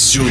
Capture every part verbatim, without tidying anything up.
Дзюдо.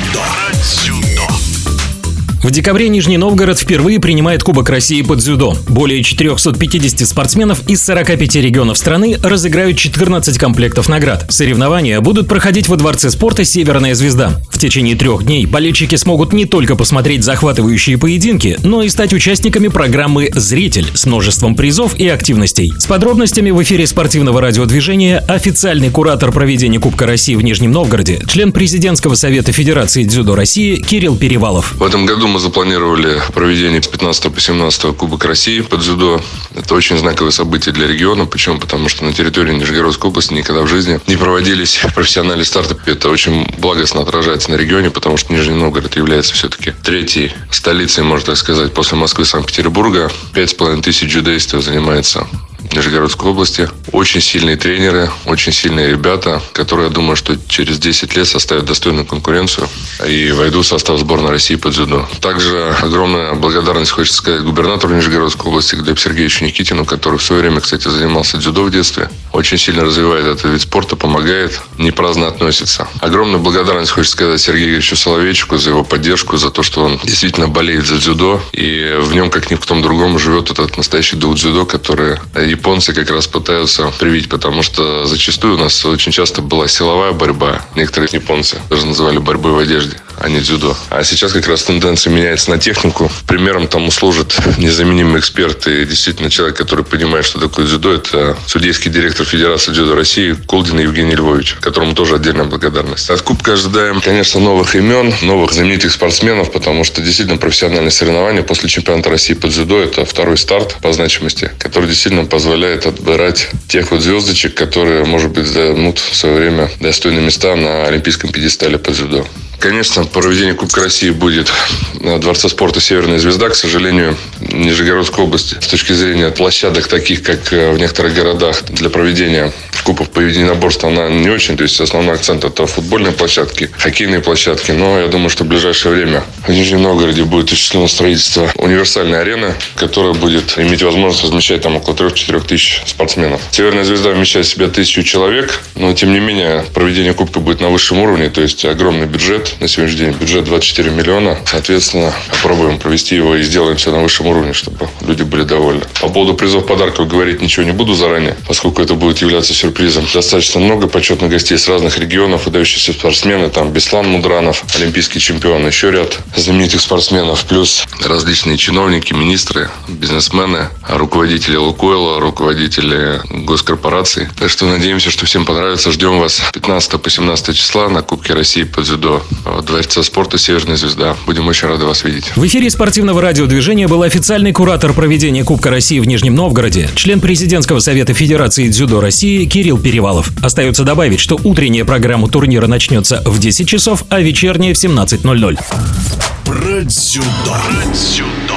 В декабре Нижний Новгород впервые принимает Кубок России по дзюдо. Более четырехсот пятидесяти спортсменов из сорока пяти регионов страны разыграют четырнадцать комплектов наград. Соревнования будут проходить во Дворце спорта «Северная звезда». В течение трех дней болельщики смогут не только посмотреть захватывающие поединки, но и стать участниками программы «Зритель» с множеством призов и активностей. С подробностями в эфире спортивного радиодвижения официальный куратор проведения Кубка России в Нижнем Новгороде, член президентского совета Федерации дзюдо России Кирилл Перевалов. В этом году мы запланировали проведение с пятнадцатого по семнадцатое Кубок России по дзюдо. Это очень знаковое событие для региона. Почему? Потому что на территории Нижегородской области никогда в жизни не проводились профессиональные старты. Это очень благостно отражается на регионе, потому что Нижний Новгород является все-таки третьей столицей, можно так сказать, после Москвы и Санкт-Петербурга. Пять с половиной тысяч дзюдоистов занимается в Нижегородской области. Очень сильные тренеры, очень сильные ребята, которые, я думаю, что через десять лет составят достойную конкуренцию и войдут в состав сборной России по дзюдо. Также огромная благодарность, хочется сказать, губернатору Нижегородской области Глебу Сергеевичу Никитину, который в свое время, кстати, занимался дзюдо в детстве. Очень сильно развивает этот вид спорта, помогает, не праздно относится. Огромную благодарность, хочется сказать, Сергею Игоревичу Соловейчику за его поддержку, за то, что он действительно болеет за дзюдо. И в нем, как ни в том другом, живет этот настоящий дух дзюдо, который японцы как раз пытаются привить, потому что зачастую у нас очень часто была силовая борьба. Некоторые японцы даже называли борьбой в одежде, а не дзюдо. А сейчас как раз тенденция меняется на технику. Примером тому служит незаменимый эксперт и действительно человек, который понимает, что такое дзюдо. Это судейский директор Федерации дзюдо России Колдин Евгений Львович, которому тоже отдельная благодарность. От Кубка ожидаем, конечно, новых имен, новых знаменитых спортсменов, потому что действительно профессиональные соревнования после чемпионата России по дзюдо – это второй старт по значимости, который действительно позволяет отбирать тех вот звездочек, которые, может быть, займут в свое время достойные места на олимпийском пьедестале по дзюдо. Конечно, проведение Кубка России будет на Дворце спорта «Северная звезда». К сожалению, Нижегородской области с точки зрения площадок, таких как в некоторых городах, для проведения кубков по единоборству она не очень. То есть основной акцент – это футбольные площадки, хоккейные площадки. Но я думаю, что в ближайшее время в Нижнем Новгороде будет осуществлено строительство универсальной арены, которая будет иметь возможность размещать там около трех-четырех тысяч спортсменов. «Северная звезда» вмещает в себя тысячу человек, но тем не менее проведение кубка будет на высшем уровне, то есть огромный бюджет. На сегодняшний день бюджет двадцать четыре миллиона. Соответственно, попробуем провести его и сделаем все на высшем уровне, чтобы люди были довольны. По поводу призов, подарков говорить ничего не буду заранее, поскольку это будет являться сюрпризом. Достаточно много почетных гостей с разных регионов, выдающиеся спортсмены. Там Беслан Мудранов, олимпийский чемпион, еще ряд знаменитых спортсменов. Плюс различные чиновники, министры, бизнесмены, руководители Лукойла, руководители госкорпораций. Так что надеемся, что всем понравится. Ждем вас пятнадцатого по семнадцатое числа на Кубке России по дзюдо в Дворце спорта «Северная звезда». Будем очень рады вас видеть. В эфире спортивного радиодвижения был официальный куратор проведения Кубка России в Нижнем Новгороде, член президентского совета Федерации дзюдо России Кирилл Перевалов. Остается добавить, что утренняя программа турнира начнется в десять часов, а вечерняя в семнадцать ноль ноль. Про дзюдо. Про дзюдо.